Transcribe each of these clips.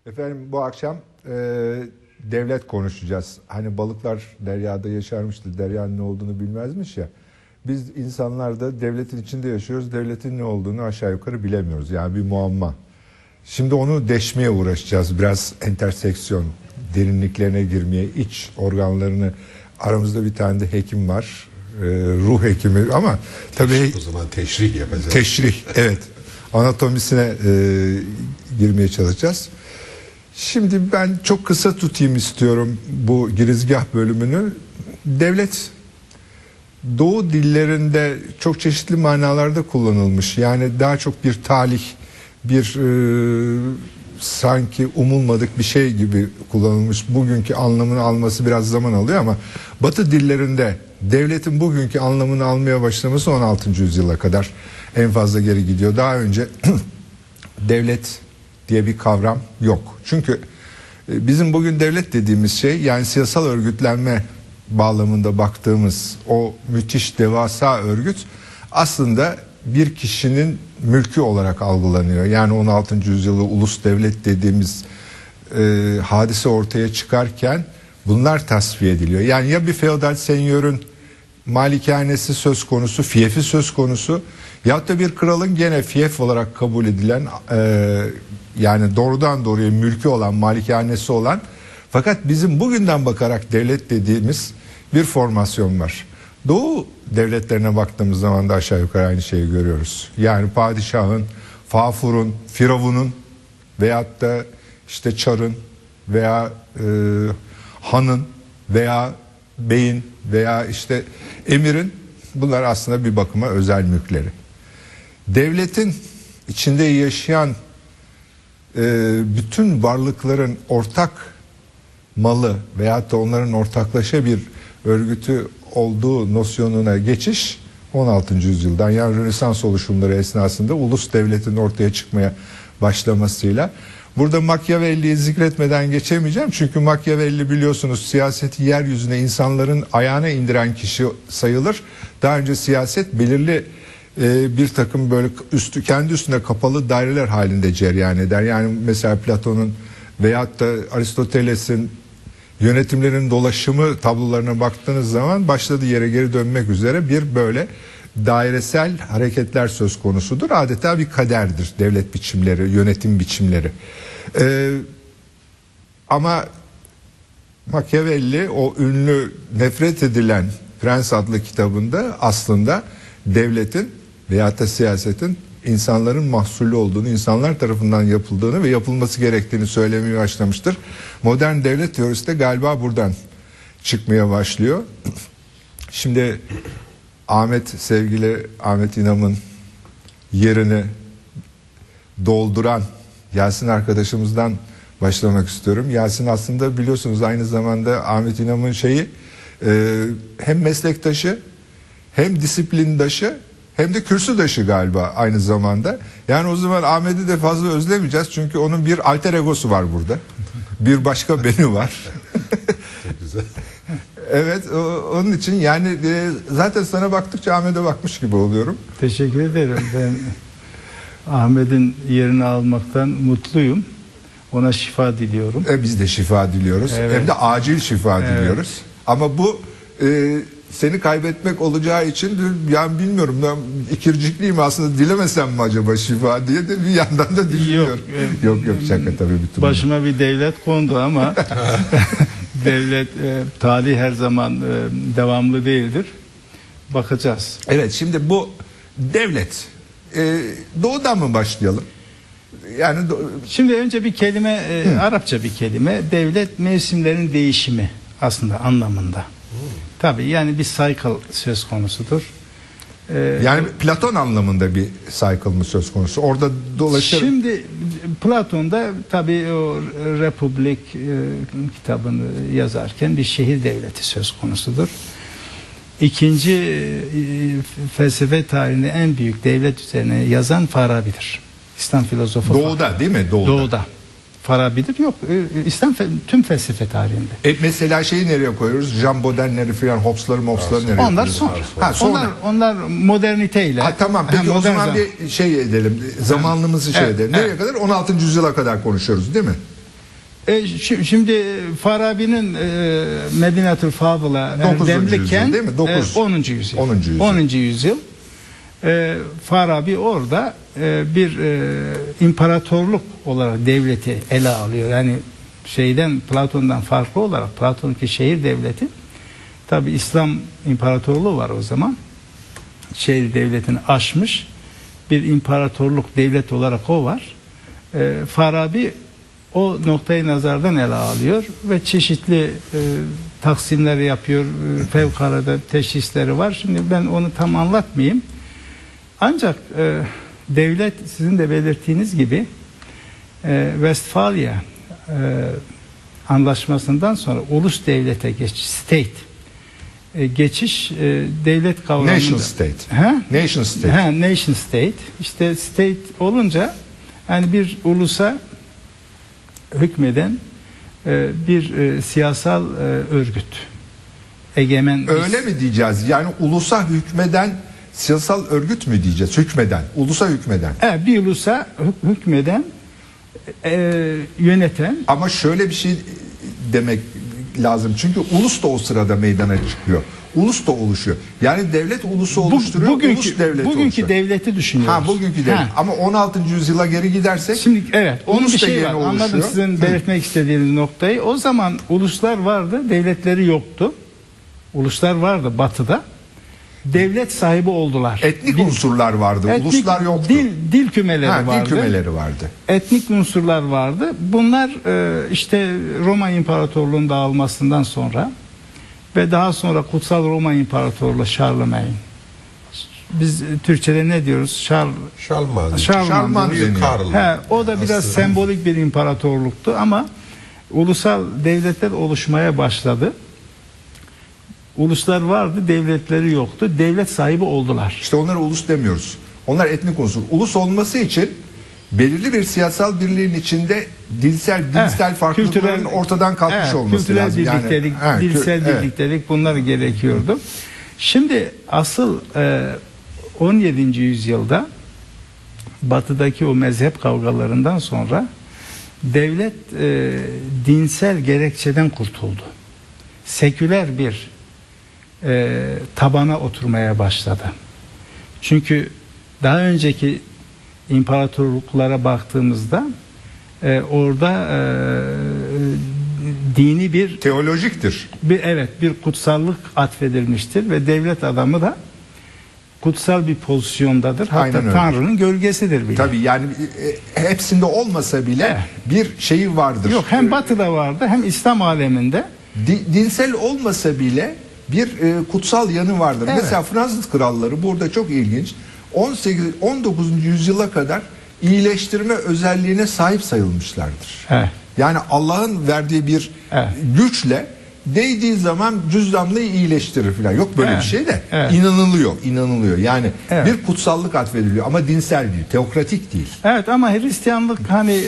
Efendim bu akşam devlet konuşacağız. Hani balıklar deryada yaşarmıştı, deryanın ne olduğunu bilmezmiş ya. Biz insanlar da devletin içinde yaşıyoruz, devletin ne olduğunu aşağı yukarı bilemiyoruz. Yani bir muamma. Şimdi onu deşmeye uğraşacağız. Biraz enterseksiyon, derinliklerine girmeye, iç organlarını. Aramızda bir tane de hekim var, ruh hekimi ama tabii... O zaman teşrih yapacağız. Teşrih, evet. Anatomisine girmeye çalışacağız. Şimdi ben çok kısa tutayım istiyorum bu girizgah bölümünü. Devlet Doğu dillerinde çok çeşitli manalarda kullanılmış. Yani daha çok bir talih, bir sanki umulmadık bir şey gibi kullanılmış. Bugünkü anlamını alması biraz zaman alıyor ama Batı dillerinde devletin bugünkü anlamını almaya başlaması 16. yüzyıla kadar en fazla geri gidiyor. Daha önce devlet diye bir kavram yok. Çünkü bizim bugün devlet dediğimiz şey, yani siyasal örgütlenme bağlamında baktığımız o müthiş devasa örgüt aslında bir kişinin mülkü olarak algılanıyor. Yani 16. yüzyılda ulus devlet dediğimiz hadise ortaya çıkarken bunlar tasfiye ediliyor. Yani ya bir feodal senyörün malikanesi söz konusu, fiyefi söz konusu, ya da bir kralın gene fiyef olarak kabul edilen yani doğrudan doğruya mülkü olan, malikanesi olan, fakat bizim bugünden bakarak devlet dediğimiz bir formasyon var. Doğu devletlerine baktığımız zaman da aşağı yukarı aynı şeyi görüyoruz. Yani padişahın, fafurun, firavunun veyahut da işte çarın veya hanın veya beyin veya işte emirin, bunlar aslında bir bakıma özel mülkleri. Devletin içinde yaşayan bütün varlıkların ortak malı veyahut da onların ortaklaşa bir örgütü olduğu nosyonuna geçiş 16. yüzyıldan, yani Rönesans oluşumları esnasında ulus devletin ortaya çıkmaya başlamasıyla. Burada Machiavelli'yi zikretmeden geçemeyeceğim. Çünkü Machiavelli biliyorsunuz siyaseti yeryüzüne insanların ayağına indiren kişi sayılır. Daha önce siyaset belirli bir takım böyle kendi üstüne kapalı daireler halinde cereyan eder. Yani mesela Platon'un veyahut da Aristoteles'in yönetimlerin dolaşımı tablolarına baktığınız zaman başladığı yere geri dönmek üzere bir böyle dairesel hareketler söz konusudur. Adeta bir kaderdir devlet biçimleri, yönetim biçimleri. Ama Machiavelli o ünlü nefret edilen Prens adlı kitabında aslında devletin veyahut da siyasetin insanların mahsulü olduğunu, insanlar tarafından yapıldığını ve yapılması gerektiğini söylemeye başlamıştır. Modern devlet teorisi de galiba buradan çıkmaya başlıyor. Şimdi sevgili Ahmet İnam'ın yerini dolduran Yasin arkadaşımızdan başlamak istiyorum. Yasin aslında biliyorsunuz aynı zamanda Ahmet İnam'ın hem meslektaşı, hem disiplindaşı, hem de kürsüdaşı galiba aynı zamanda. Yani o zaman Ahmet'i de fazla özlemeyeceğiz. Çünkü onun bir alter egosu var burada. Bir başka beni var. Çok güzel. Evet, onun için yani zaten sana baktıkça Ahmet'e bakmış gibi oluyorum. Teşekkür ederim. Ben Ahmet'in yerini almaktan mutluyum. Ona şifa diliyorum. Biz de şifa diliyoruz. Evet. Hem de acil şifa diliyoruz. Ama bu seni kaybetmek olacağı için yani bilmiyorum, ben ikircikliyim aslında, dilemesem mi acaba şifa diye de bir yandan da düşünüyorum. Yok şaka tabii. Bütün başıma bir devlet kondu ama devlet talih her zaman devamlı değildir. Bakacağız. Evet, şimdi bu devlet doğudan mı başlayalım? Yani şimdi önce bir kelime, Arapça bir kelime, devlet mevsimlerin değişimi aslında anlamında. Tabii yani bir cycle söz konusudur. Yani Platon anlamında bir cycle mı söz konusu? Orada dolaşır. Şimdi Platon'da tabii o Republik kitabını yazarken bir şehir devleti söz konusudur. İkinci felsefe tarihinde en büyük devlet üzerine yazan Farabi'dir. İslam filozofu. Doğuda değil mi? Doğuda. Farabi'dir. Yok. İslam tüm felsefe tarihinde. Mesela şeyi nereye koyuyoruz? Jean Baudel'leri falan, Hobbes'ları nereye onlar koyuyoruz? sonra. Onlar moderniteyle. Tamam. Peki o zaman bir şey edelim. Zamanlımızı edelim. Nereye kadar? 16. yüzyıla kadar konuşuyoruz değil mi? Şimdi Farabi'nin Medinetül Fadıl'a 9. erdemli yüzyıl kent, değil mi? 10. yüzyıl. 10. yüzyıl. 10. yüzyıl. Farabi orada bir imparatorluk olarak devleti ele alıyor. Yani Platon'dan farklı olarak Platon'daki şehir devleti, tabi İslam imparatorluğu var o zaman. Şehir devletini aşmış bir imparatorluk, devlet olarak o var. Farabi o noktayı nazardan ele alıyor ve çeşitli taksimleri yapıyor, fevkalade teşhisleri var. Şimdi ben onu tam anlatmayayım. Ancak devlet, sizin de belirttiğiniz gibi Westfalia anlaşmasından sonra ulus devlete geçiş devlet kavramında. Nation state. Ha? Nation state. Nation state. İşte state olunca yani bir ulusa hükmeden bir siyasal örgüt. Egemen. Öyle mi diyeceğiz? Yani ulusa hükmeden siyasal örgüt mü diyeceğiz? Hükmeden. Ulusa hükmeden. Evet, bir ulusa hükmeden, yöneten. Ama şöyle bir şey demek lazım. Çünkü ulus da o sırada meydana çıkıyor. Ulus da oluşuyor. Yani devlet ulusu oluşturuyor. Ulus devleti bugünkü oluşuyor. devleti düşünüyoruz. Bugünkü devlet. Ama 16. yüzyıla geri gidersek şimdi evet, onun ulus bir da şey yeni var. oluşuyor. Anladım sizin belirtmek istediğiniz noktayı. O zaman uluslar vardı, devletleri yoktu. Uluslar vardı batıda. Devlet sahibi oldular. Etnik unsurlar vardı. Uluslar yoktu. Dil kümeleri vardı. Dil kümeleri vardı. Etnik unsurlar vardı. Bunlar işte Roma İmparatorluğu'nun dağılmasından sonra ve daha sonra Kutsal Roma İmparatorluğu Charlemagne. Biz Türkçe'de ne diyoruz? Şarlman Büyük deniyor. Karl. O da biraz sembolik bir imparatorluktu ama ulusal devletler oluşmaya başladı. Uluslar vardı, devletleri yoktu. Devlet sahibi oldular. İşte onlara ulus demiyoruz. Onlar etnik unsur. Ulus olması için belirli bir siyasal birliğin içinde dinsel farklılıkların ortadan kalkmış olması kültürel lazım. Birliktelik, dilsel birliktelik bunlar gerekiyordu. Şimdi asıl 17. yüzyılda batıdaki o mezhep kavgalarından sonra devlet dinsel gerekçeden kurtuldu. Seküler bir tabana oturmaya başladı. Çünkü daha önceki imparatorluklara baktığımızda orada dini bir teolojiktir. bir kutsallık atfedilmiştir ve devlet adamı da kutsal bir pozisyondadır. Hatta Tanrı'nın gölgesidir bile. Tabii yani hepsinde olmasa bile bir şeyi vardır. Yok, hem Batı'da vardı hem İslam aleminde. Dinsel olmasa bile bir kutsal yanı vardır. Evet. Mesela Fransız kralları burada çok ilginç. 19. yüzyıla kadar iyileştirme özelliğine sahip sayılmışlardır. Evet. Yani Allah'ın verdiği bir güçle değdiği zaman cüzdanlıyı iyileştirir falan. Yok böyle bir şey de. İnanılıyor. Yani bir kutsallık atfediliyor ama dinsel değil, teokratik değil. Evet, ama Hristiyanlık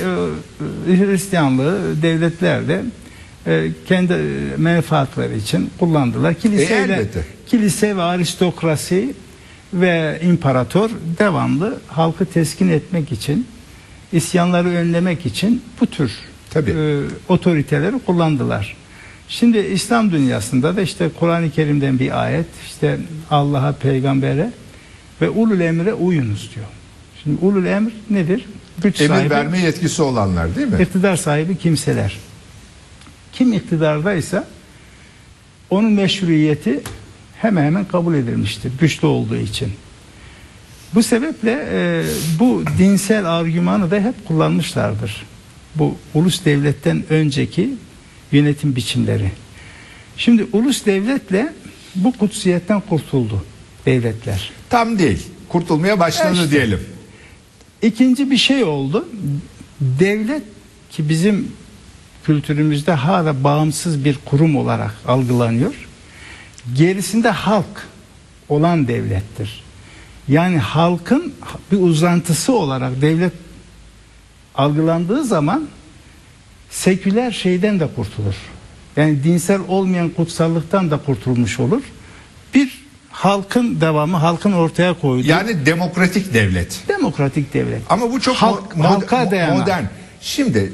Hristiyanlığı devletlerde kendi menfaatleri için kullandılar. Kilise ve aristokrasi ve imparator devamlı halkı teskin etmek için, isyanları önlemek için bu tür otoriteleri kullandılar. Şimdi İslam dünyasında da işte Kur'an-ı Kerim'den bir ayet, işte Allah'a, peygambere ve ulul emre uyunuz diyor. Şimdi ulul emr nedir? Güç sahibi, emir verme yetkisi olanlar değil mi? İktidar sahibi kimseler. Kim iktidardaysa onun meşruiyeti hemen hemen kabul edilmiştir. Güçlü olduğu için. Bu sebeple bu dinsel argümanı da hep kullanmışlardır. Bu ulus devletten önceki yönetim biçimleri. Şimdi ulus devletle bu kutsiyetten kurtuldu devletler. Tam değil. Kurtulmaya başladı diyelim. İkinci bir şey oldu. Devlet, ki bizim kültürümüzde hala bağımsız bir kurum olarak algılanıyor. Gerisinde halk olan devlettir. Yani halkın bir uzantısı olarak devlet algılandığı zaman seküler şeyden de kurtulur. Yani dinsel olmayan kutsallıktan da kurtulmuş olur. Bir halkın devamı, halkın ortaya koyduğu. Yani demokratik devlet. Demokratik devlet. Ama bu çok halka dayanan. modern. Şimdi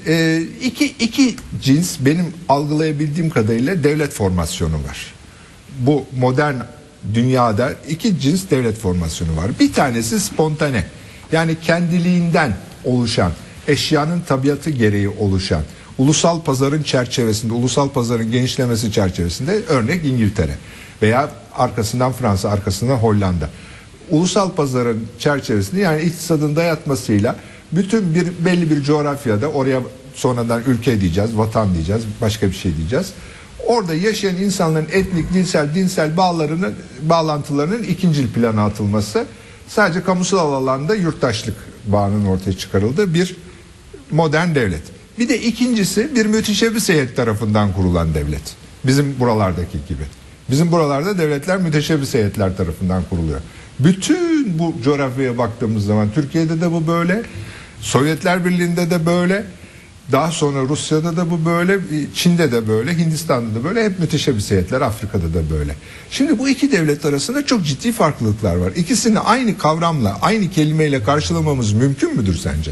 iki cins benim algılayabildiğim kadarıyla devlet formasyonu var. Bu modern dünyada iki cins devlet formasyonu var. Bir tanesi spontane, yani kendiliğinden oluşan, eşyanın tabiatı gereği oluşan, ulusal pazarın çerçevesinde, ulusal pazarın genişlemesi çerçevesinde, örnek İngiltere veya arkasından Fransa, arkasından Hollanda. Ulusal pazarın çerçevesinde, yani iktisadın dayatmasıyla bütün belli bir coğrafyada, oraya sonradan ülke diyeceğiz, vatan diyeceğiz, başka bir şey diyeceğiz. Orada yaşayan insanların etnik, dinsel bağlantılarının ikincil plana atılması, sadece kamusal alanda yurttaşlık bağının ortaya çıkarıldığı bir modern devlet. Bir de ikincisi bir müteşebbis heyet tarafından kurulan devlet. Bizim buralardaki gibi. Bizim buralarda devletler müteşebbis heyetler tarafından kuruluyor. Bütün bu coğrafyaya baktığımız zaman Türkiye'de de bu böyle, Sovyetler Birliği'nde de böyle, daha sonra Rusya'da da bu böyle, Çin'de de böyle, Hindistan'da da böyle, hep müteşebbis heyetler, Afrika'da da böyle. Şimdi bu iki devlet arasında çok ciddi farklılıklar var. İkisini aynı kavramla, aynı kelimeyle karşılamamız mümkün müdür sence?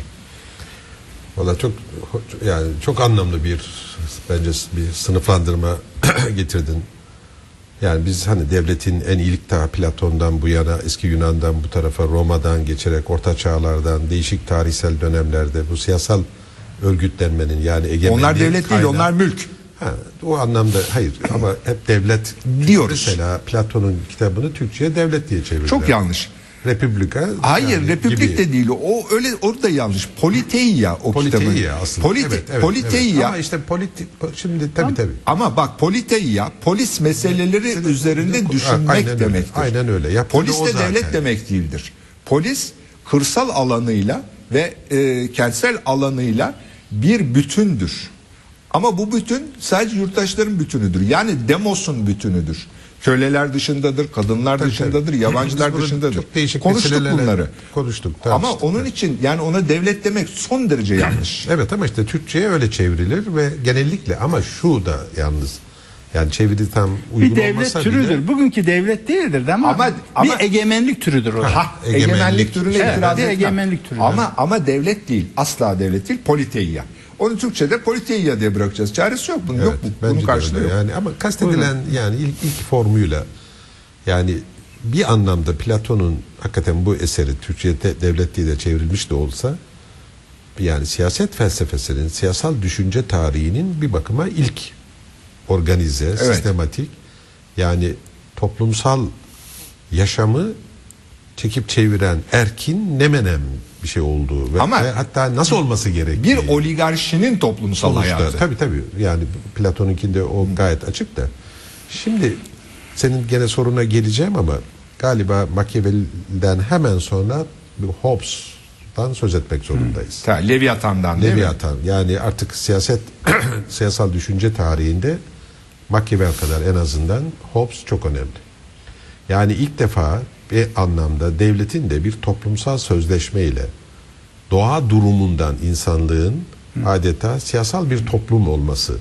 Valla çok anlamlı bence bir sınıflandırma getirdin. Yani biz hani devletin en ilk ta Platon'dan bu yana, eski Yunan'dan bu tarafa, Roma'dan geçerek Orta Çağlardan değişik tarihsel dönemlerde bu siyasal örgütlenmenin, yani egemenliğin onlar devlet değil, onlar mülk. O anlamda hayır, ama hep devlet diyoruz. Mesela Platon'un kitabını Türkçe'ye devlet diye çevirdiler. Çok yanlış. Republika. Hayır, yani republik gibi. de değil. O öyle, orada yanlış. Politeia o kitabın. Aslında. Politeia. Evet. Ama işte şimdi tabii. Ama bak, politeia polis meseleleri üzerinde düşünmek demektir. Aynen öyle. Polis de devlet demek değildir. Polis kırsal alanıyla ve kentsel alanıyla bir bütündür. Ama bu bütün sadece yurttaşların bütünüdür. Yani demosun bütünüdür. Köleler dışındadır, kadınlar dışındadır, yabancılar dışındadır. Konuştuk bunları. Konuştuk. Ama onun için yani ona devlet demek son derece yanlış. Evet, ama işte Türkçe'ye öyle çevrilir ve genellikle, ama şu da yalnız, yani çeviri tam uygun bir devlet olmasa türüdür. bile, Bugünkü devlet değildir ama bir egemenlik türüdür o. Egemenlik türüne Evet, itiraz bir etmem. egemenlik türü. Ama devlet değil, asla devlet değil, politeia. Onu Türkçe'de politeia diye bırakacağız. Çaresi yok bunun, evet, yok bunun karşılığı yok. Yani ama kastedilen yani ilk formuyla, yani bir anlamda Platon'un hakikaten bu eseri Türkçe'de devlet diye de çevrilmiş de olsa, yani siyaset felsefesinin, siyasal düşünce tarihinin bir bakıma ilk organize, sistematik, yani toplumsal yaşamı çekip çeviren erkin ne menem bir şey olduğu ve hatta nasıl olması gerektiği. Bir oligarşinin toplumsal hayatı. Tabii. Yani Platon'unkinde o gayet açık da. Şimdi senin gene soruna geleceğim ama galiba Machiavelli'den hemen sonra Hobbes'tan söz etmek zorundayız. Leviathan'dan değil mi? Leviathan, yani artık siyasal düşünce tarihinde Machiavelli kadar en azından Hobbes çok önemli. Yani ilk defa bir anlamda devletin de bir toplumsal sözleşmeyle doğa durumundan insanlığın adeta siyasal bir toplum olması,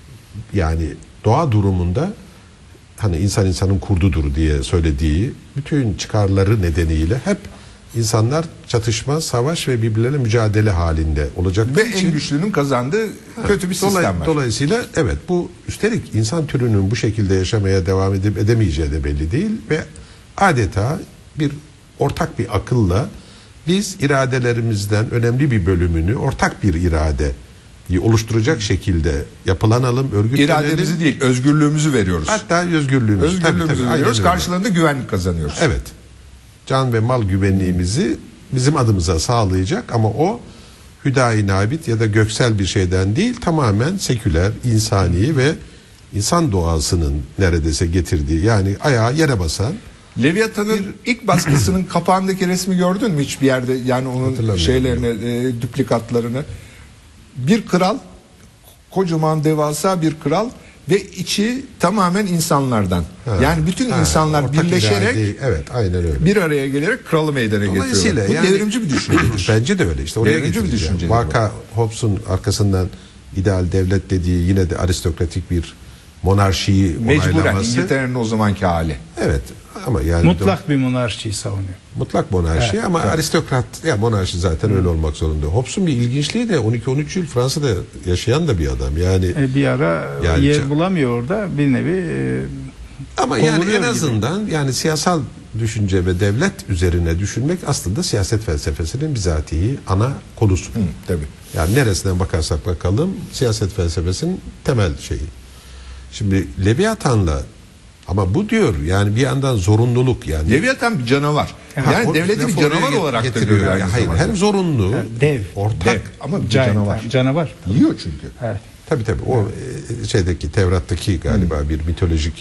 yani doğa durumunda hani insanın kurdudur diye söylediği bütün çıkarları nedeniyle hep insanlar çatışma, savaş ve birbirleriyle mücadele halinde olacak. Ve en güçlünün kazandığı kötü bir sistem var. Dolayısıyla evet, bu üstelik insan türünün bu şekilde yaşamaya devam edip edemeyeceği de belli değil ve adeta bir ortak bir akılla biz iradelerimizden önemli bir bölümünü ortak bir irade oluşturacak şekilde yapılanalım, örgütlenelim. İrademizi değil, özgürlüğümüzü veriyoruz. Hatta özgürlüğümüzü veriyoruz. Karşılığında güvenlik kazanıyoruz. Evet. Can ve mal güvenliğimizi bizim adımıza sağlayacak ama o hüdayi nabit ya da göksel bir şeyden değil, tamamen seküler, insani ve insan doğasının neredeyse getirdiği, yani ayağı yere basan. Leviathan'ın ilk baskısının kapağındaki resmi gördün mü hiçbir yerde? Yani onun şeylerini, duplikatlarını. Bir kral, kocaman devasa bir kral ve içi tamamen insanlardan. Yani bütün insanlar birleşerek, evet, aynen öyle, bir araya gelerek kralı meydana getiriyorlar. Bu yani, devrimci bir düşüncedir. Bence de öyle. İşte oraya devrimci bir düşünce. Vaka Hobbes'un arkasından ideal devlet dediği yine de aristokratik bir monarşiyi mecburen onaylaması. İngiltere'nin o zamanki hali. Evet. ama yani Mutlak bir monarşiyi savunuyor. mutlak monarşi Evet, ama aristokrat ya monarşi zaten öyle olmak zorunda. Hobbes'un bir ilginçliği de 12-13 yıl Fransa'da yaşayan da bir adam. Yani Bir ara Yani yer bulamıyor orada, bir nevi ama yani kovuluyor en gibi. azından yani siyasal düşünce ve devlet üzerine düşünmek aslında siyaset felsefesinin bizatihi ana konusu. Tabii. Yani neresinden bakarsak bakalım siyaset felsefesinin temel şeyi. Şimdi Leviathan'la ama bu diyor yani bir yandan zorunluluk yani. Leviathan bir canavar. Yani O devleti bir lafı oraya canavar olarak da getiriyor. görüyor. Yani aynı hayır, zamanda. hem zorunlu, dev. ortak. Dev ama bir Giant, canavar. Canavar. Yiyor çünkü. Evet. Tabii o şeydeki Tevrat'taki galiba bir mitolojik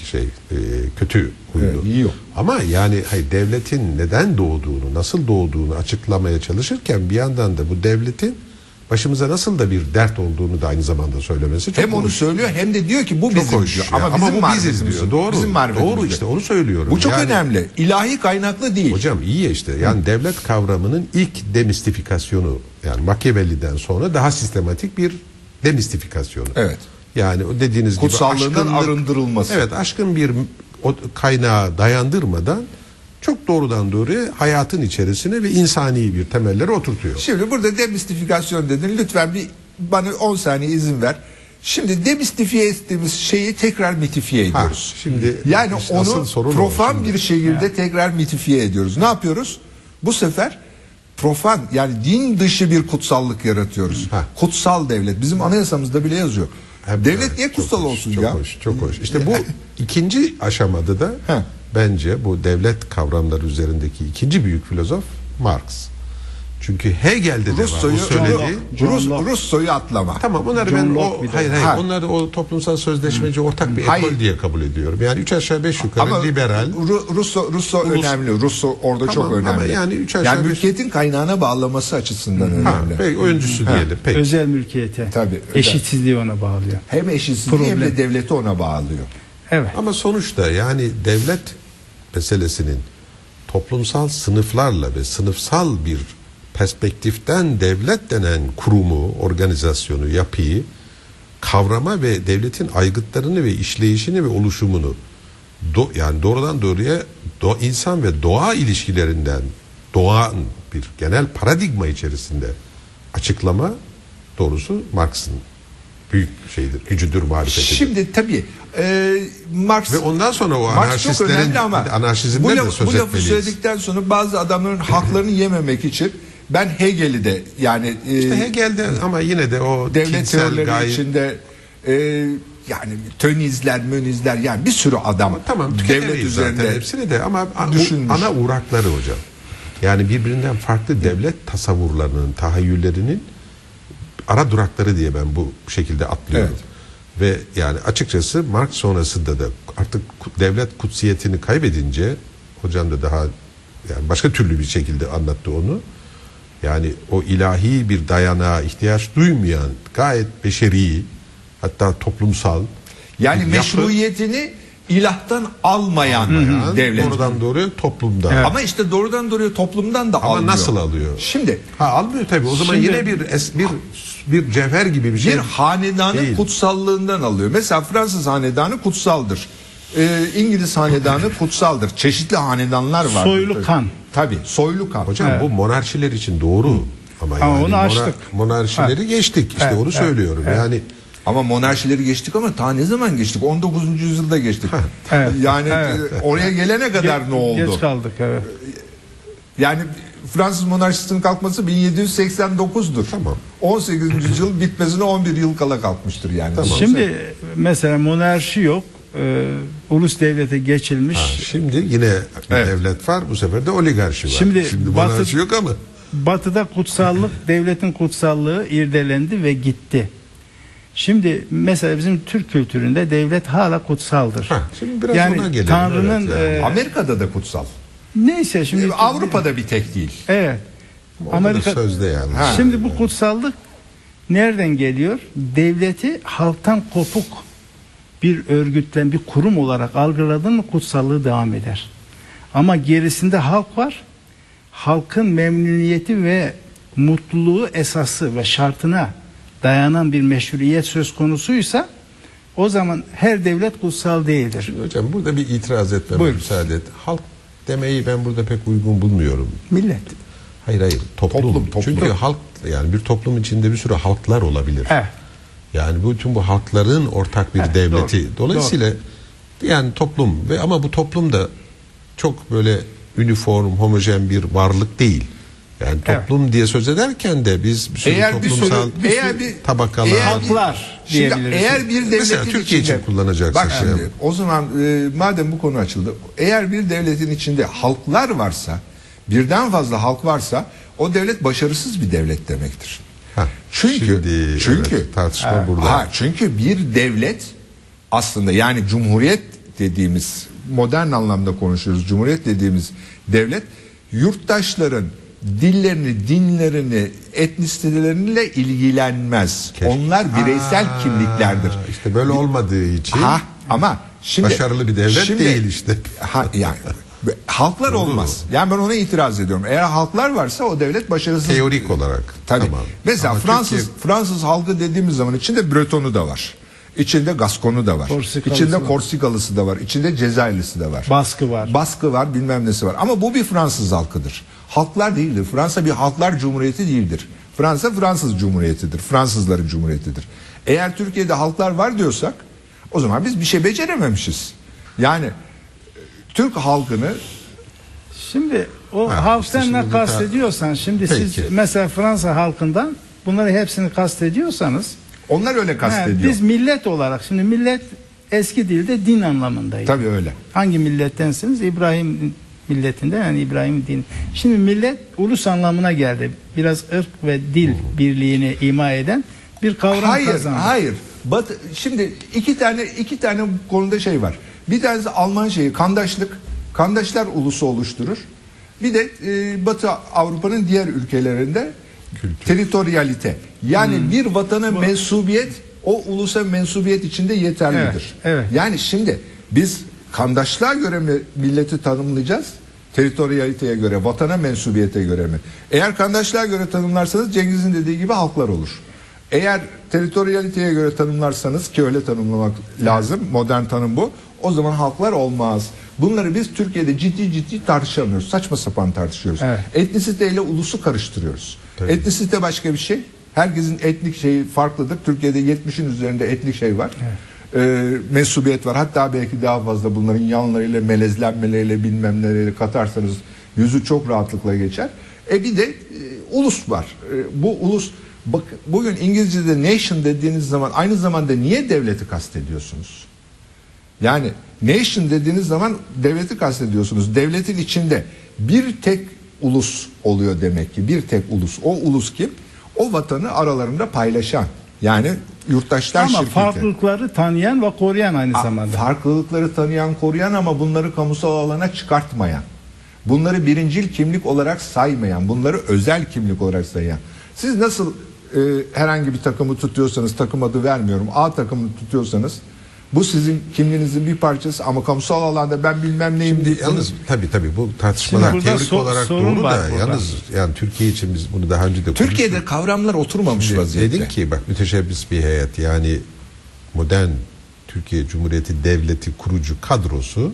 kötü huylu. Evet, yiyor. Ama yani hayır, devletin neden doğduğunu, nasıl doğduğunu açıklamaya çalışırken bir yandan da bu devletin başımıza nasıl da bir dert olduğunu da aynı zamanda söylemesi çok Hem onu hoş. söylüyor hem de diyor ki bu Çok bizim hoş. diyor. Ya, Ama, bizim bu biziz marifetimiz. diyor. Doğru. Bizim marifetimiz Doğru diyor. işte onu söylüyorum. Bu çok Yani- önemli. İlahi kaynaklı değil. Hocam iyi ya işte. Yani devlet kavramının ilk demistifikasyonu yani Machiavelli'den sonra daha sistematik bir demistifikasyonu. Evet. Yani o dediğiniz gibi Kutsallığından aşkınlık- arındırılması. Evet, aşkın bir o kaynağı dayandırmadan çok doğrudan doğruya hayatın içerisine ve insani bir temelleri oturtuyor. Şimdi burada demistifikasyon dedin. Lütfen bana 10 saniye izin ver. Şimdi demistifiye ettiğimiz şeyi tekrar mitifiye ediyoruz. şimdi yani işte asıl onu sorun o profan şimdi. bir şekilde tekrar mitifiye ediyoruz. Ne yapıyoruz? Bu sefer profan yani din dışı bir kutsallık yaratıyoruz. Ha. Kutsal devlet. Bizim anayasamızda bile yazıyor. Devlet Evet, niye çok kutsal hoş, olsun çok ya? Hoş, çok hoş. İşte bu ikinci aşamada da Heh. bence bu devlet kavramları üzerindeki ikinci büyük filozof Marx. Çünkü Hegel'de de var. Russo'yu O söylediği. Russo'yu atlama. Tamam onları John ben Locke bir de. hayır Ha. onları o toplumsal sözleşmeci ortak bir Hayır. ekol diye kabul ediyorum. Yani 3 aşağı 5 yukarı Ama liberal. Russo önemli. Russo orada Tamam, çok ama önemli. yani üç aşağı yani beş- mülkiyetin kaynağına bağlaması açısından Ha, önemli. peki, öncüsü diyelim. Peki. Özel mülkiyete. Tabii, özel. Eşitsizliği ona bağlıyor. Hem eşitsizliği hem de Problem. devleti ona bağlıyor. Evet. Ama sonuçta yani devlet meselesinin toplumsal sınıflarla ve sınıfsal bir perspektiften devlet denen kurumu, organizasyonu, yapıyı kavrama ve devletin aygıtlarını ve işleyişini ve oluşumunu yani doğrudan doğruya insan ve doğa ilişkilerinden doğan bir genel paradigma içerisinde açıklama doğrusu Marx'ın büyük şeyidir, gücüdür, marifetidir. Şimdi tabii Marx Ve ondan sonra o Marx çok anarşistlerin önemli ama anarşizmden de söz bu lafı etmeliyiz. söyledikten sonra bazı adamların haklarını yememek için ben Hegel'i de yani İşte Hegel'de ama yine de o devlet tinsel teorileri gayet içinde yani Tönizler, Mönizler yani bir sürü adam tamam devlet tüketemeyiz zaten üzerinde hepsini de ama düşünmüş. ana uğrakları hocam. Yani birbirinden farklı devlet tasavvurlarının, tahayyüllerinin ara durakları diye ben bu şekilde atlıyorum. Evet. Ve yani açıkçası Marx sonrasında da artık devlet kutsiyetini kaybedince hocam da daha yani başka türlü bir şekilde anlattı onu. Yani o ilahi bir dayanağa ihtiyaç duymayan gayet beşeri hatta toplumsal yani bir yapı- meşruiyetini ilahtan almayan devlet. doğrudan doğruya toplumda. Ama işte doğrudan doğruya toplumdan da Ama almıyor. nasıl alıyor? Şimdi Almıyor tabii. O zaman Şimdi- yine bir cevher gibi bir şey. bir hanedanın değil. kutsallığından alıyor. Mesela Fransız hanedanı kutsaldır. İngiliz hanedanı kutsaldır. Çeşitli hanedanlar var. Soylu kan. Tabii soylu kan. Hocam bu monarşiler için doğru. Ama onu aştık. Monarşileri geçtik. İşte Evet, onu evet, söylüyorum. Yani Ama monarşileri geçtik ama ta ne zaman geçtik? 19. yüzyılda geçtik. Evet, Yani evet. oraya gelene kadar ne oldu? Geç kaldık evet. Yani Fransız monarşisinin kalkması 1789'dur. Tamam. 18. yüzyıl bitmesine 11 yıl kala kalkmıştır yani. Tamam. Şimdi mesela monarşi yok. Ulus devlete geçilmiş. şimdi yine bir Evet. devlet var. Bu sefer de oligarşi var. Şimdi monarşi Batı- yok ama. Batı'da kutsallık, devletin kutsallığı irdelendi ve gitti. Şimdi mesela bizim Türk kültüründe devlet hala kutsaldır. Şimdi biraz yani ona gelelim. Tanrı'nın Evet, yani. Amerika'da da kutsal. neyse şimdi Avrupa'da bir tek değil. evet. Orada Amerika da sözde yani. Ha. Şimdi bu kutsallık nereden geliyor? Devleti halktan kopuk bir örgütten bir kurum olarak algıladın mı kutsallığı devam eder. Ama gerisinde halk var. Halkın memnuniyeti ve mutluluğu esası ve şartına dayanan bir meşruiyet söz konusuysa o zaman her devlet kutsal değildir. Hocam burada bir itiraz etmeme Buyurun. müsaade et. Halk demeyi ben burada pek uygun bulmuyorum. Millet. Hayır. Toplum. Toplum. Çünkü halk, yani bir toplum içinde bir sürü halklar olabilir. Evet. Yani bütün bu halkların ortak bir devleti. doğru. Dolayısıyla yani toplum ve ama bu toplum da çok böyle üniform, homojen bir varlık değil. Yani toplum diye söz ederken de biz bir sürü toplumsal tabakalar, halklar Şimdi diyebiliriz. eğer bir devletin mesela Türkiye içinde, için kullanacaksın. bak şimdi, o zaman madem bu konu açıldı, eğer bir devletin içinde halklar varsa, birden fazla halk varsa, o devlet başarısız bir devlet demektir. Çünkü evet, tartışma burada. Çünkü bir devlet aslında, yani cumhuriyet dediğimiz, modern anlamda konuşuyoruz, cumhuriyet dediğimiz devlet yurttaşların dillerini, dinlerini, etnisiteleriyle ilgilenmez. Onlar bireysel kimliklerdir. İşte böyle olmadığı için ama şimdi başarılı bir devlet değil işte. Yani halklar olmaz. Yani ben ona itiraz ediyorum. Eğer halklar varsa o devlet başarısız. Teorik olarak. Tabii. Tamam. Mesela Ama Fransız halkı dediğimiz zaman içinde Breton'u da var. İçinde Gaskonu da var. İçinde Korsikalısı da var. İçinde Cezayirlisi de var. Baskı var, bilmem nesi var. Ama bu bir Fransız halkıdır. Halklar değildir. Fransa bir halklar cumhuriyeti değildir. Fransa Fransız cumhuriyetidir. Fransızların cumhuriyetidir. Eğer Türkiye'de halklar var diyorsak, o zaman biz bir şey becerememişiz. Yani Türk halkını, şimdi o halktan ne kastediyorsan, şimdi siz mesela Fransa halkından bunları hepsini kastediyorsanız, onlar öyle kastediyor. Biz millet olarak, şimdi millet eski dilde din anlamındaydı. Tabii öyle. Hangi millettensiniz? İbrahim milletinden, yani İbrahim din. Şimdi millet ulus anlamına geldi. Biraz ırk ve dil birliğini ima eden bir kavram kazandı. Hayır. Şimdi iki tane bu konuda şey var. Bir tanesi Alman şeyi, kandaşlık. Kandaşlar ulusu oluşturur. Bir de Batı Avrupa'nın diğer ülkelerinde teritoriyalite. Yani bir vatana mensubiyet, o ulusa mensubiyet içinde yeterlidir. Evet. Yani şimdi biz kandaşlığa göre mi milleti tanımlayacağız? Teritoriyaliteye göre, vatana mensubiyete göre mi? Eğer kandaşlığa göre tanımlarsanız Cengiz'in dediği gibi halklar olur. Eğer teritoriyaliteye göre tanımlarsanız, ki öyle tanımlamak lazım, modern tanım bu, o zaman halklar olmaz. Bunları biz Türkiye'de ciddi tartışamıyoruz. Saçma sapan tartışıyoruz. Evet. Etnisiteyle ulusu karıştırıyoruz. Tabii. Etnisite başka bir şey. Herkesin etnik şeyi farklıdır. Türkiye'de 70'in üzerinde etnik şey var. Evet. Mensubiyet var. Hatta belki daha fazla, bunların yanlarıyla, melezlenmeleriyle, bilmem neleriyle katarsanız yüzü çok rahatlıkla geçer. Bir de ulus var. Bu ulus, bak, bugün İngilizce'de nation dediğiniz zaman aynı zamanda niye devleti kastediyorsunuz? Yani nation dediğiniz zaman devleti kastediyorsunuz. Devletin içinde bir tek ulus oluyor demek ki. Bir tek ulus. O ulus kim? O vatanı aralarında paylaşan. Yani yurttaşlar ama şirketi. Farklılıkları tanıyan ve koruyan aynı zamanda. Farklılıkları tanıyan, koruyan ama bunları kamusal alana çıkartmayan. Bunları birincil kimlik olarak saymayan. Bunları özel kimlik olarak sayan. Siz nasıl herhangi bir takımı tutuyorsanız, takım adı vermiyorum, A takımını tutuyorsanız, bu sizin kimliğinizin bir parçası ama kamusal alanda ben bilmem neyim diye. Yalnız tabii bu tartışmalar teorik olarak doğru da yalnız yani Türkiye için biz bunu daha önce de Türkiye'de konuştuk. Kavramlar oturmamış vaziyette. Dedin ki bak, müteşebbis bir heyet, yani modern Türkiye Cumhuriyeti Devleti kurucu kadrosu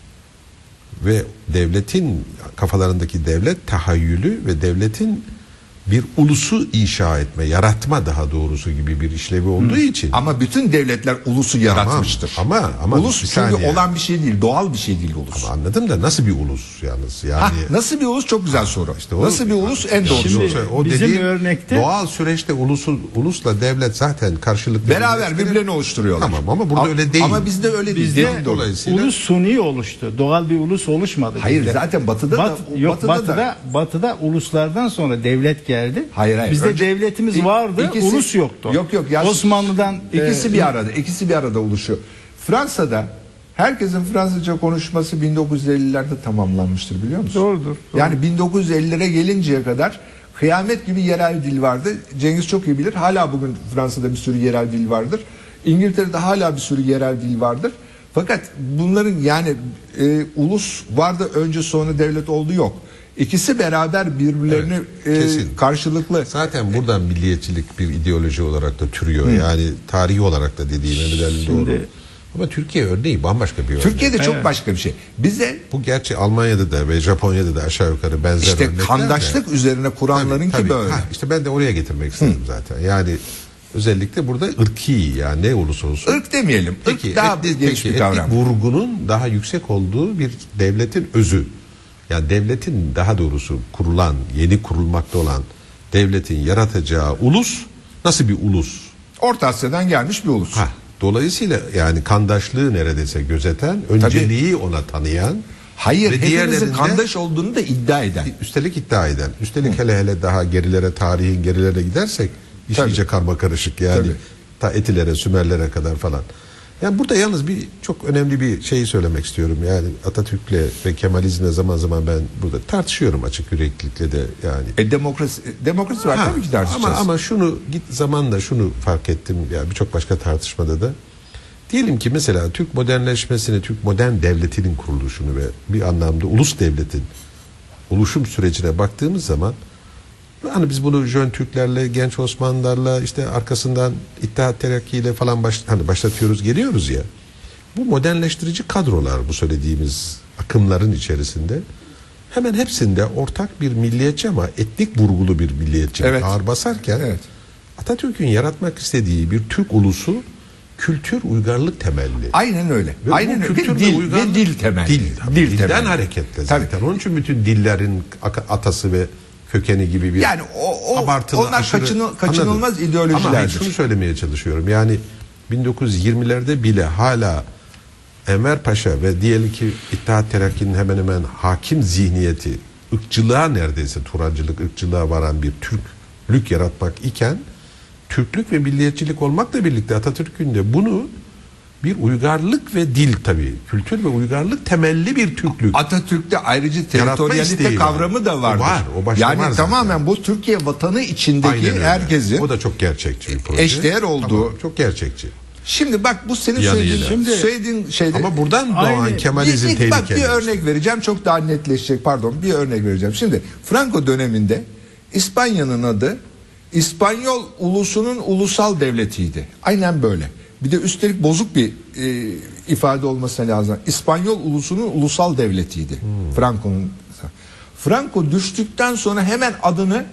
ve devletin kafalarındaki devlet tahayyülü ve devletin bir ulusu inşa etme, yaratma daha doğrusu gibi bir işlevi olduğu için. Ama bütün devletler ulusu yaratmıştır. Ama ulus çünkü olan bir şey değil, doğal bir şey değil ulus. Ama anladım da nasıl bir ulus yalnız? Yani nasıl bir ulus, çok güzel soru. İşte nasıl bir ulus, en doğru soru. O bizim dediğim örnekte doğal süreçte ulusla devlet zaten karşılıklı beraber birbirlerini oluşturuyorlar. Tamam ama burada öyle değil. Ama bizde öyle değil. Bizde dolayısıyla ulus suni oluştu. Doğal bir ulus oluşmadı. Hayır bizde. zaten Batı'da Batı'da uluslardan sonra devlet geldi. Hayır. Bizde devletimiz vardı, ulus yoktu. Yok. Osmanlı'dan ikisi bir arada oluşuyor. Fransa'da herkesin Fransızca konuşması 1950'lerde tamamlanmıştır, biliyor musun? Doğrudur. Yani 1950'lere gelinceye kadar kıyamet gibi yerel dil vardı. Cengiz çok iyi bilir. Hala bugün Fransa'da bir sürü yerel dil vardır. İngiltere'de hala bir sürü yerel dil vardır. Fakat bunların yani ulus vardı önce sonra devlet oldu yok. İkisi beraber birbirlerini karşılıklı. Zaten buradan milliyetçilik bir ideoloji olarak da türüyor. Yani tarihi olarak da dediğim doğru. Ama Türkiye örneği bambaşka bir örnek. Türkiye'de çok başka bir şey. Bize Bu gerçi Almanya'da da ve Japonya'da da aşağı yukarı benzer işte örnekler kandaşlık de. üzerine kuranlarınki Tabii. böyle. İşte ben de oraya getirmek istedim zaten. Yani özellikle burada ırki, yani ne olursa olsun. Irk demeyelim. Irk daha geniş bir kavram. Etnik vurgunun daha yüksek olduğu bir devletin özü. Yani devletin, daha doğrusu kurulan, yeni kurulmakta olan devletin yaratacağı ulus nasıl bir ulus? Orta Asya'dan gelmiş bir ulus. Dolayısıyla yani kandaşlığı neredeyse gözeten, önceliği ona tanıyan, hayır, ve hepimizin diğerlerinde kandaş olduğunu da iddia eden. Üstelik iddia eden. Üstelik hele daha gerilere, tarihin gerilerine gidersek iş Tabii. iyice karmakarışık yani. Tabii. Ta Etilere, Sümerlere kadar falan. Yani burada yalnız bir çok önemli bir şeyi söylemek istiyorum. Yani Atatürk'le ve Kemalizm'le zaman zaman ben burada tartışıyorum açık yüreklilikle de yani. Demokrasi var tabii ki tartışacağız. Ama şunu zamanla şunu fark ettim ya, birçok başka tartışmada da. Diyelim ki mesela Türk modernleşmesini, Türk modern devletinin kuruluşunu ve bir anlamda ulus devletin oluşum sürecine baktığımız zaman, hani biz bunu Jön Türklerle, Genç Osmanlılarla, işte arkasından İttihat Terakki ile falan başlatıyoruz, geliyoruz ya. Bu modernleştirici kadrolar, bu söylediğimiz akımların içerisinde hemen hepsinde ortak bir milliyetçi ama etnik vurgulu bir milliyetçilik ağır basarken, Atatürk'ün yaratmak istediği bir Türk ulusu kültür, uygarlık temelli. Aynen öyle. Ve aynen öyle. kültür Ve dil temelli. Dilden temelli. hareketle Tabii. zaten. Onun için bütün dillerin atası ve kökeni gibi bir yani abartılı, onlar aşırı, kaçınılmaz ideolojilerdir. Ama şunu söylemeye çalışıyorum. Yani 1920'lerde bile hala Enver Paşa ve diyelim ki İttihat Terakki'nin hemen hemen hakim zihniyeti ırkçılığa, neredeyse Turancılık, ırkçılığa varan bir Türklük yaratmak iken, Türklük ve milliyetçilik olmakla birlikte Atatürk'ün de bunu bir uygarlık ve dil, tabii kültür ve uygarlık temelli bir Türklük. Atatürk'te ayrıca teritoryalite kavramı da vardır. O başta yani var tamamen zaten. Bu Türkiye vatanı içindeki herkesin, o da çok gerçekçi bir proje. Eşdeğer olduğu. Tamam, çok gerçekçi. Şimdi bak, bu senin Yanıyla. söylediğin şeyde. Ama buradan doğan Kemalizm tehlikeli. Bak, bir örnek vereceğim, çok daha netleşecek. Pardon, bir örnek vereceğim. Şimdi Franco döneminde İspanya'nın adı İspanyol ulusunun ulusal devletiydi. Aynen böyle. Bir de üstelik bozuk bir ifade olması lazım. İspanyol ulusunun ulusal devletiydi. Franco düştükten sonra hemen adını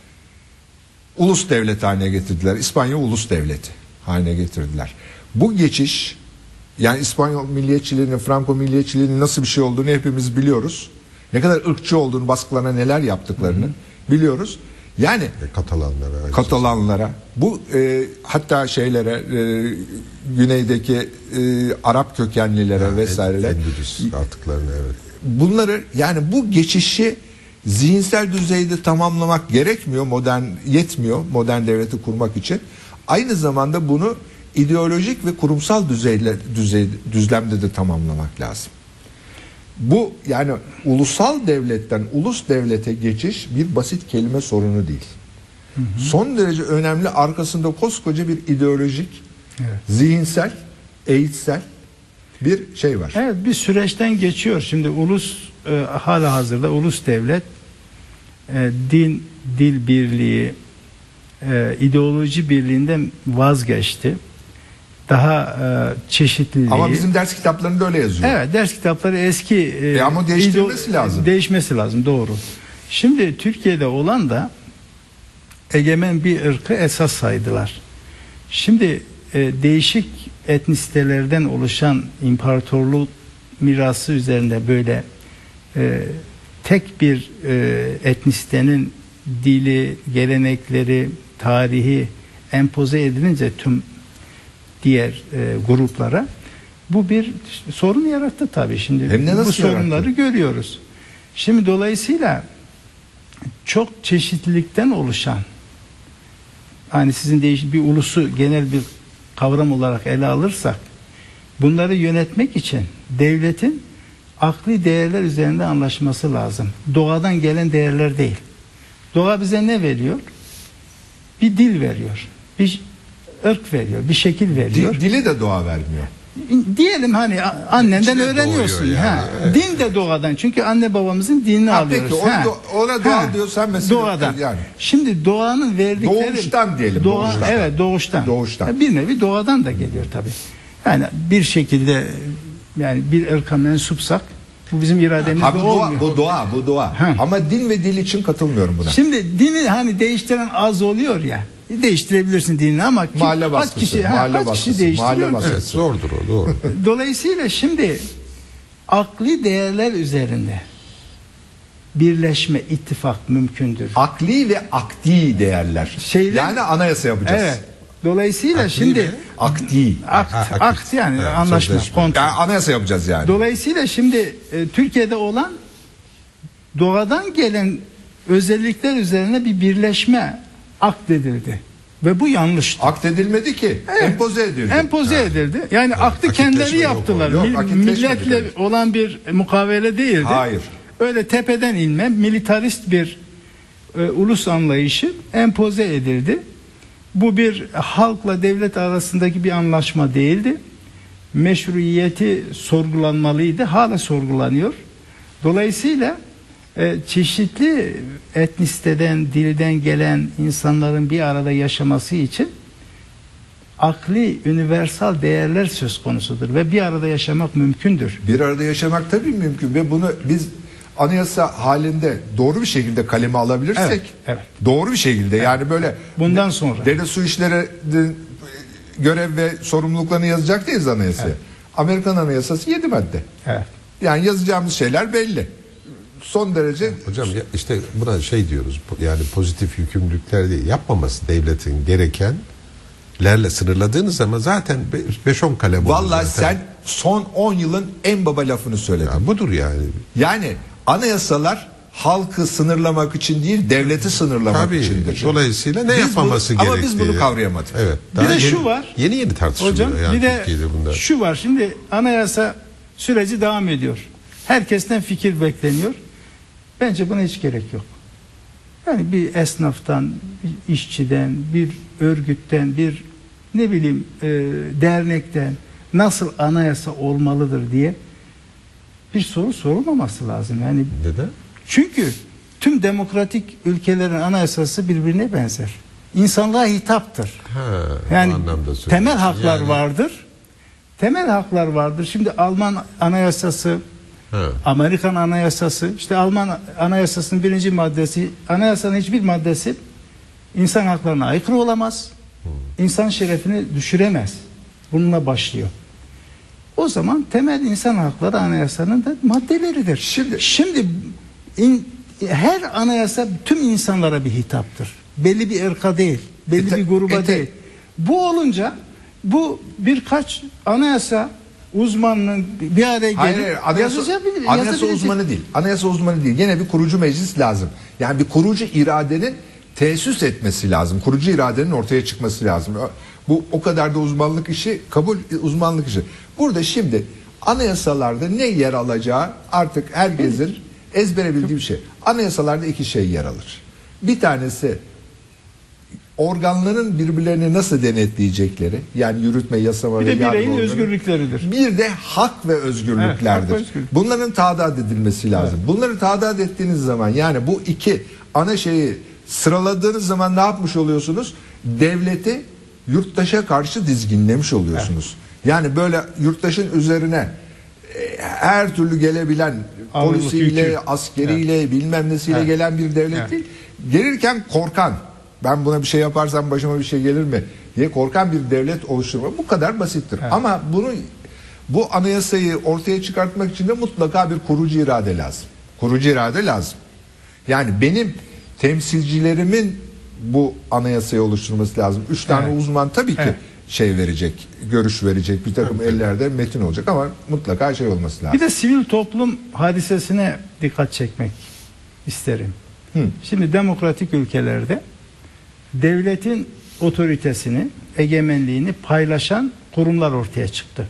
ulus devleti haline getirdiler. İspanyol ulus devleti haline getirdiler. Bu geçiş, yani İspanyol milliyetçiliğinin, Franco milliyetçiliğinin nasıl bir şey olduğunu hepimiz biliyoruz. Ne kadar ırkçı olduğunu, baskılarına neler yaptıklarını biliyoruz. Yani Katalanlara, bu hatta şeylere, güneydeki Arap kökenlilere vesaireler, Endülüs artıklarını, bunları, yani bu geçişi zihinsel düzeyde tamamlamak gerekmiyor, yetmiyor modern devleti kurmak için. Aynı zamanda bunu ideolojik ve kurumsal düzlemde de tamamlamak lazım. Bu, yani ulusal devletten ulus devlete geçiş bir basit kelime sorunu değil. Son derece önemli, arkasında koskoca bir ideolojik, zihinsel, eğitsel bir şey var. Evet, bir süreçten geçiyor. Şimdi ulus hala hazırda ulus devlet, din, dil birliği, ideoloji birliğinden vazgeçti. Daha çeşitliliği. Ama bizim ders kitaplarında öyle yazıyor. Evet, ders kitapları eski. Ama değiştirilmesi lazım. Değişmesi lazım, doğru. Şimdi Türkiye'de olan da egemen bir ırkı esas saydılar. Şimdi değişik etnisitelerden oluşan imparatorluk mirası üzerinde böyle tek bir etnisitenin dili, gelenekleri, tarihi empoze edilince tüm diğer gruplara, bu bir sorun yarattı tabii. Şimdi bu sorunları görüyoruz. Şimdi dolayısıyla çok çeşitlilikten oluşan, hani sizin değişik bir ulusu genel bir kavram olarak ele alırsak, bunları yönetmek için devletin akli değerler üzerinde anlaşması lazım. Doğadan gelen değerler değil. Doğa bize ne veriyor? Bir dil veriyor. Bir ırk veriyor. Bir şekil veriyor. Dili de doğa vermiyor. Diyelim hani annenden İçine öğreniyorsun. doğuyor yani. Evet. Din de doğadan. Çünkü anne babamızın dinini alıyoruz. Peki ona doğa diyorsan mesela. Doğadan. Yani. Şimdi doğanın verdikleri. Doğuştan diyelim. Evet, doğuştan. Doğuştan. Bir nevi doğadan da geliyor tabii. Yani bir şekilde yani bir ırka mensupsak bu bizim irademizde Ha, bu olmuyor. bu doğa. Ha. Ama din ve dil için katılmıyorum buna. Şimdi dini hani değiştiren az oluyor ya. Değiştirebilirsin dinini ama Mahalle kaç baskısı, kişi, mahalle kaç baskısı, kişi değiştiriyor? mahalle baskısı. Evet, zordur o, doğru. Dolayısıyla şimdi akli değerler üzerinde birleşme, ittifak mümkündür. Akli ve akdi değerler. Yani anayasa yapacağız. Evet. Dolayısıyla Akli şimdi mi? Akdi. akt yani Evet, anlaşma, sözleşme. kontrat. Yani anayasa yapacağız yani. Dolayısıyla şimdi Türkiye'de olan doğadan gelen özellikler üzerine bir birleşme akdedildi. Ve bu yanlıştı. Akt edilmedi ki. Evet. Empoze edildi. Empoze edildi. Yani aktı akitleşme kendileri yok yaptılar. o. Yok, akitleşmedi Milletle tabii. olan bir mukavele değildi. Hayır. Öyle tepeden inme, militarist bir ulus anlayışı empoze edildi. Bu bir halkla devlet arasındaki bir anlaşma değildi. Meşruiyeti sorgulanmalıydı. Hala sorgulanıyor. Dolayısıyla çeşitli etnisiteden, dilden gelen insanların bir arada yaşaması için akli, universal değerler söz konusudur ve bir arada yaşamak mümkündür. Bir arada yaşamak tabii mümkün ve bunu biz anayasa halinde doğru bir şekilde kaleme alabilirsek Evet, evet. doğru bir şekilde yani böyle Bundan sonra. devlet su işleri görev ve sorumluluklarını yazacak değiliz anayasaya. Evet. Amerikan anayasası 7 madde. Evet. Yani yazacağımız şeyler belli. Son derece Hocam işte buna şey diyoruz, yani pozitif yükümlülükler değil, yapmaması devletin gerekenlerle sınırladığınız zaman zaten 5-10 kalem olur. vallahi zaten. sen son 10 yılın en baba lafını söyledin. Ya budur yani. Yani anayasalar halkı sınırlamak için değil, devleti sınırlamak Tabii. içindir. Dolayısıyla ne Biz yapmaması bunu- gerektiği. ama biz bunu kavrayamadık. Evet. Bir de şu var. Yeni tartışılıyor Hocam yani bir de Türkiye'de bunda. şu var. Şimdi anayasa süreci devam ediyor. Herkesten fikir bekleniyor. Bence buna hiç gerek yok. Yani bir esnaftan, bir işçiden, bir örgütten, bir ne bileyim dernekten nasıl anayasa olmalıdır diye bir soru sorulmaması lazım. Yani Neden? çünkü tüm demokratik ülkelerin anayasası birbirine benzer. İnsanlığa hitaptır. Ha, Yani o anlamda söylüyorsun. temel haklar Yani- vardır. Temel haklar vardır. Şimdi Alman anayasası, Ha. Amerikan anayasası, işte Alman anayasasının 1. maddesi, anayasanın hiçbir maddesi insan haklarına aykırı olamaz. İnsan şerefini düşüremez. Bununla başlıyor. O zaman temel insan hakları anayasanın da maddeleridir. Şimdi her anayasa tüm insanlara bir hitaptır. Belli bir ırka değil, belli bir gruba değil. Bu olunca bu birkaç anayasa uzmanının bir araya gelip Anayasa uzmanı değil. Anayasa uzmanı değil. Yine bir kurucu meclis lazım. Yani bir kurucu iradenin tesis etmesi lazım. Kurucu iradenin ortaya çıkması lazım. Bu o kadar da uzmanlık işi, kabul uzmanlık işi. Burada şimdi anayasalarda ne yer alacağı artık herkesin ezbere bildiği bir şey. Anayasalarda 2 şey yer alır. Bir tanesi organların birbirlerini nasıl denetleyecekleri, yani yürütme, yasama bir ve de yargı bireyin organı. özgürlükleridir. Bir de hak ve özgürlüklerdir. Evet, hak ve özgürlük. Bunların tadat edilmesi lazım. Bunları tadat ettiğiniz zaman, yani bu 2 ana şeyi sıraladığınız zaman ne yapmış oluyorsunuz? Devleti yurttaşa karşı dizginlemiş oluyorsunuz. Yani böyle yurttaşın üzerine her türlü gelebilen Ağırlık, polisiyle, yükü. askeriyle, bilmem nesiyle Evet. gelen bir devlet Evet. değil. Gelirken korkan, ben buna bir şey yaparsam başıma bir şey gelir mi diye korkan bir devlet oluşturma, bu kadar basittir. Evet. Ama bu anayasayı ortaya çıkartmak için de mutlaka bir kurucu irade lazım. Kurucu irade lazım. Yani benim temsilcilerimin bu anayasayı oluşturması lazım. 3 tane Evet. uzman tabii ki Evet. şey verecek, görüş verecek, bir takım ellerde metin olacak ama mutlaka şey olması lazım. Bir de sivil toplum hadisesine dikkat çekmek isterim. Şimdi demokratik ülkelerde devletin otoritesini, egemenliğini paylaşan kurumlar ortaya çıktı.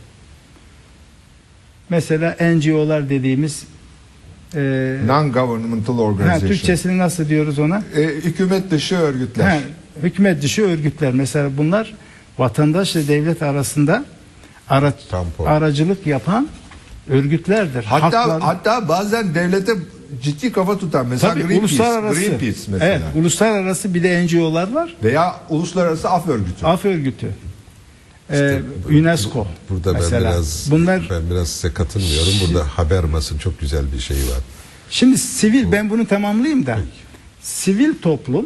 Mesela NGO'lar dediğimiz Non-governmental organization. Türkçesini nasıl diyoruz ona? Hükümet dışı örgütler. Hükümet dışı örgütler. Mesela bunlar vatandaşla devlet arasında Tampon. aracılık yapan örgütlerdir. Hatta bazen devlete ciddi kafa tutan, mesela Tabii, Greenpeace mesela. Evet, uluslararası bir de NGO'lar var. Veya uluslararası af örgütü. Af örgütü. UNESCO. Burada mesela. ben biraz size katılmıyorum. Burada Habermas'ın çok güzel bir şeyi var. Şimdi ben bunu tamamlayayım da. Sivil toplum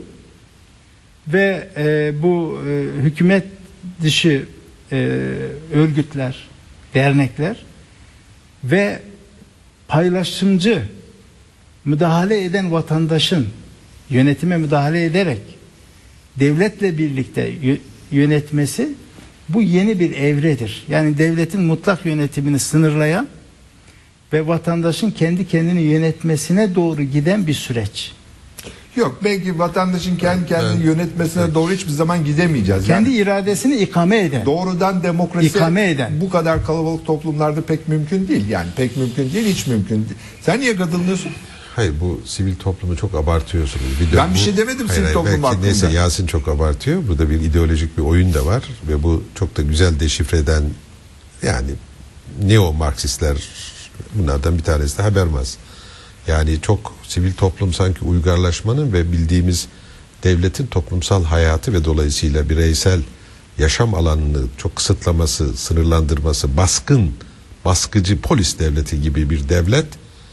ve bu hükümet dışı örgütler, dernekler ve paylaşımcı müdahale eden vatandaşın yönetime müdahale ederek devletle birlikte yönetmesi, bu yeni bir evredir. Yani devletin mutlak yönetimini sınırlayan ve vatandaşın kendi kendini yönetmesine doğru giden bir süreç. Yok, belki vatandaşın kendi kendini yönetmesine doğru hiçbir zaman gidemeyeceğiz. Kendi Yani iradesini ikame eden. doğrudan demokrasi İkame eden. bu kadar kalabalık toplumlarda pek mümkün değil. Yani pek mümkün değil, hiç mümkün değil. Sen niye katılmıyorsun? Hayır, bu sivil toplumu çok abartıyorsunuz. Ben bir şey demedim sivil toplum belki hakkında. Neyse, Yasin çok abartıyor. Burada bir ideolojik bir oyun da var ve bu çok da güzel deşifre eden, yani neo-Marksistler, bunlardan bir tanesi de Habermas. Yani çok sivil toplum sanki uygarlaşmanın ve bildiğimiz devletin toplumsal hayatı ve dolayısıyla bireysel yaşam alanını çok kısıtlaması, sınırlandırması, baskıcı polis devleti gibi bir devlet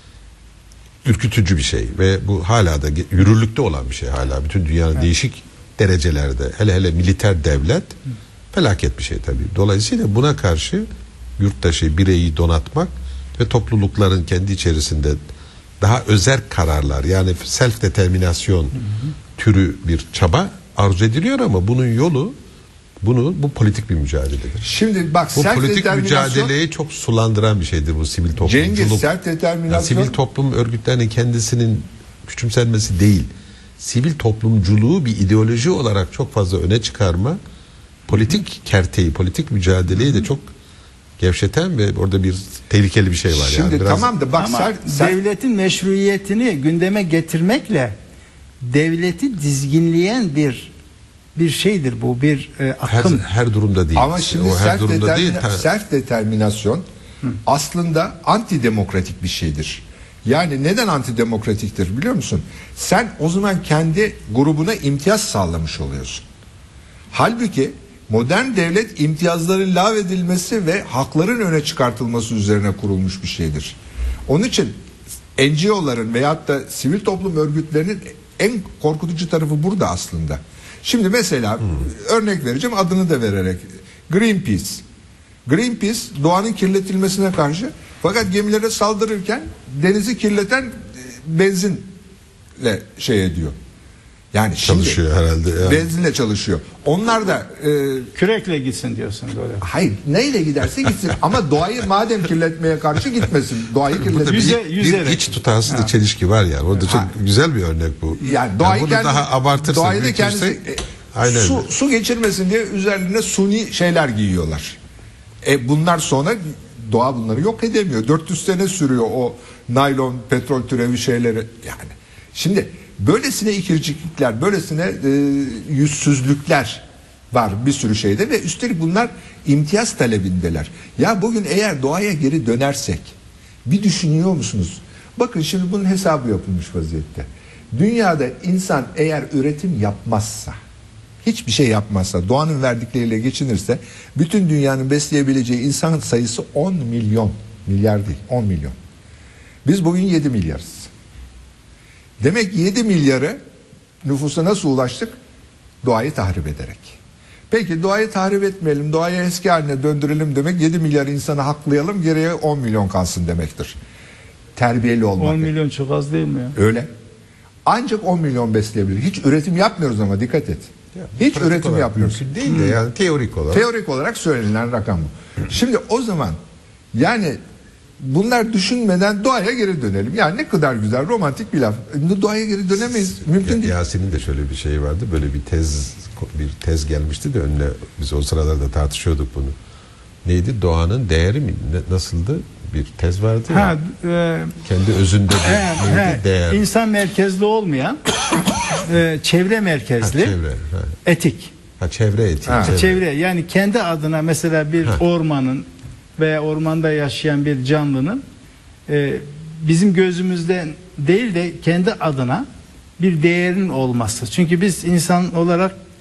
ürkütücü bir şey ve bu hala da yürürlükte olan bir şey, hala bütün dünyanın değişik derecelerde, hele militer devlet felaket bir şey tabii. Dolayısıyla buna karşı yurttaşı, bireyi donatmak ve toplulukların kendi içerisinde daha özerk kararlar, yani self determinasyon türü bir çaba arzu ediliyor ama bunun yolu, bu politik bir mücadeledir. Şimdi bak, Bu sert politik determinasyon, mücadeleyi çok sulandıran bir şeydir bu sivil toplumculuk. Cengiz, sert determinasyon, Sivil toplum örgütlerinin kendisinin küçümsenmesi değil. Sivil toplumculuğu bir ideoloji olarak çok fazla öne çıkarma, politik kerteyi, politik mücadeleyi de çok gevşeten ve orada bir tehlikeli bir şey var. Şimdi yani. tamam da bak, Ama devletin meşruiyetini gündeme getirmekle devleti dizginleyen bir şeydir bu, bir akım. Her durumda değil. Ama şimdi o her durumda değil. sert determinasyon aslında antidemokratik bir şeydir. Yani neden antidemokratiktir biliyor musun? Sen o zaman kendi grubuna imtiyaz sağlamış oluyorsun. Halbuki modern devlet imtiyazların lağvedilmesi ve hakların öne çıkartılması üzerine kurulmuş bir şeydir. Onun için NGO'ların veyahut da sivil toplum örgütlerinin en korkutucu tarafı burada aslında. Şimdi mesela örnek vereceğim, adını da vererek. Greenpeace doğanın kirletilmesine karşı, fakat gemilere saldırırken denizi kirleten benzinle şey ediyor. Yani Çalışıyor herhalde. Yani. Benzinle çalışıyor. Onlar da Kürekle gitsin diyorsun böyle. hayır, neyle giderse gitsin ama doğayı madem kirletmeye karşı gitmesin. Doğayı kirletmeye. Bir iç tutarsız da çelişki var yani. Orada çok güzel bir örnek bu. Yani doğayı bunu daha abartırsak, doğayı da kendisi aynen. su geçirmesin diye üzerine suni şeyler giyiyorlar. Bunlar sonra doğa bunları yok edemiyor. 400 sene sürüyor o naylon, petrol türevi şeyleri yani. Şimdi böylesine ikirciklikler, böylesine yüzsüzlükler var bir sürü şeyde ve üstelik bunlar imtiyaz talebindeler. Ya bugün eğer doğaya geri dönersek bir düşünüyor musunuz? Bakın şimdi bunun hesabı yapılmış vaziyette. Dünyada insan eğer üretim yapmazsa, hiçbir şey yapmazsa, doğanın verdikleriyle geçinirse bütün dünyanın besleyebileceği insan sayısı 10 milyon. Milyar değil, 10 milyon. Biz bugün 7 milyarız. Demek 7 milyarı nüfusa nasıl ulaştık? Doğayı tahrip ederek. Peki doğayı tahrip etmeyelim, doğayı eski haline döndürelim demek 7 milyar insanı haklayalım, geriye 10 milyon kalsın demektir. Terbiyeli olmak. 10 milyon çok az değil mi ya? Öyle. Ancak 10 milyon besleyebilir. Hiç üretim yapmıyoruz ama dikkat et. Hiç üretim yapmıyoruz. Değil de yani teorik olarak. Teorik olarak söylenilen rakam bu. Şimdi o zaman yani bunlar düşünmeden doğaya geri dönelim. Yani ne kadar güzel, romantik bir laf. Doğaya geri dönemeyiz. Mümkün değil. Yasin'in de şöyle bir şeyi vardı. Böyle bir tez gelmişti de önüne, biz o sıralarda tartışıyorduk bunu. Neydi? Doğanın değeri mi? Nasıldı? Bir tez vardı ya. Kendi özünde değer. İnsan merkezli olmayan çevre merkezli etik. Çevre etiği. Çevre yani kendi adına mesela bir ormanın veya ormanda yaşayan bir canlının bizim gözümüzden değil de kendi adına bir değerin olması. Çünkü biz insan olarak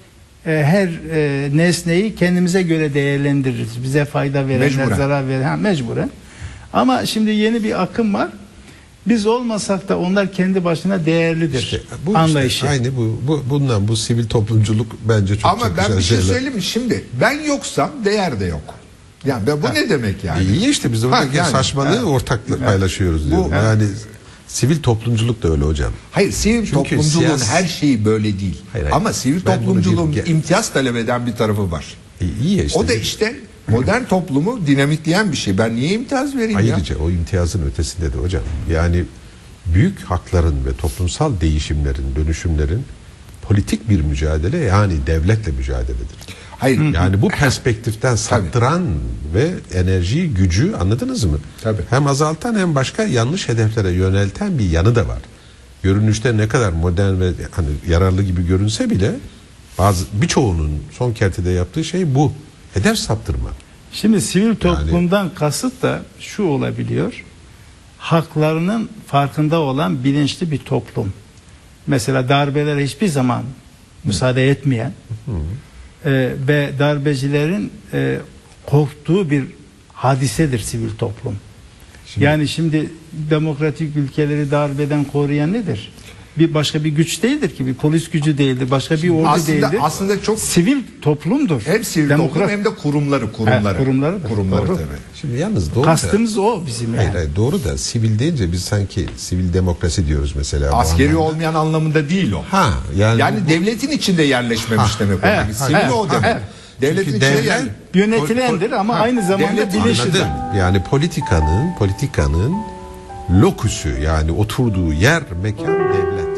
her nesneyi kendimize göre değerlendiririz. Bize fayda verenler, Mecburen. zarar veren, mecburen. Ama şimdi yeni bir akım var. Biz olmasak da onlar kendi başına değerlidir. İşte bu anlayışı. işte aynı bundan bu sivil toplumculuk bence çok Ama çok ben güzel bir şey şeyler. söyleyeyim mi? Şimdi ben yoksam değer de yok. Yani bu ne demek yani? İyi işte biz oradaki yani, saçmalığı evet. ortaklık paylaşıyoruz diyorum. Bu- Yani sivil toplumculuk da öyle hocam. Hayır, sivil Çünkü toplumculuğun siyasi- her şeyi böyle değil. Hayır. Ama sivil Ben bunu toplumculuğun bir- imtiyaz talep eden bir tarafı var. İyi ya işte. O da işte modern toplumu dinamitleyen bir şey. Ben niye imtiyaz vereyim ya? Ayrıca o imtiyazın ötesinde de hocam. Yani büyük hakların ve toplumsal değişimlerin, dönüşümlerin politik bir mücadele, yani devletle mücadeledir. Hayır. Yani bu perspektiften saptıran ve enerjiyi, gücü, anladınız mı? Tabii. Hem azaltan hem başka yanlış hedeflere yönelten bir yanı da var. Görünüşte ne kadar modern ve hani yararlı gibi görünse bile birçoğunun son kertede yaptığı şey bu. Hedef saptırma. Şimdi sivil toplumdan kasıt da şu olabiliyor. Haklarının farkında olan bilinçli bir toplum. Mesela darbelere hiçbir zaman müsaade etmeyen ve darbecilerin korktuğu bir hadisedir sivil toplum. Yani şimdi demokratik ülkeleri darbeden koruyan nedir? Başka bir güç değildir ki, bir polis gücü değildir, başka bir ordu değildir. Aslında çok Sivil toplumdur. hem sivil toplum hem de kurumları. Evet, kurumları da. Doğru. tabii. Şimdi yalnız doğru Kastımız o bizim yani. Hayır, doğru da sivil deyince biz sanki sivil demokrasi diyoruz mesela. bu Askeri anlamda. olmayan anlamında değil o. Ha yani, Yani devletin içinde yerleşmemiş demek o. evet, Sivil evet, o demek. evet. Devletin Çünkü içinde devlet- Yönetilendir ama aynı zamanda devlet- bilinçlidir. anladım. Yani politikanın loküsü, yani oturduğu yer, mekan devlet.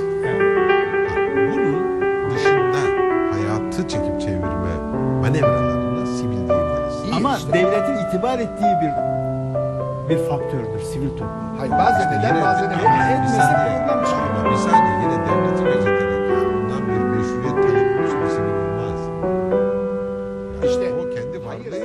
Bunun dışında hayatı çekip çevirme manevralarına sivil diyebiliriz. Ama devletin itibar ettiği bir faktördür sivil toplum. Hayır, bazen eder bazen Bir edemez. saniye, ama bir saniye, yine devleti gözeterek bundan bir meşruiyet talep etmiş bir sivil olmaz. Yani İşte- o kendi Hayır, varlığı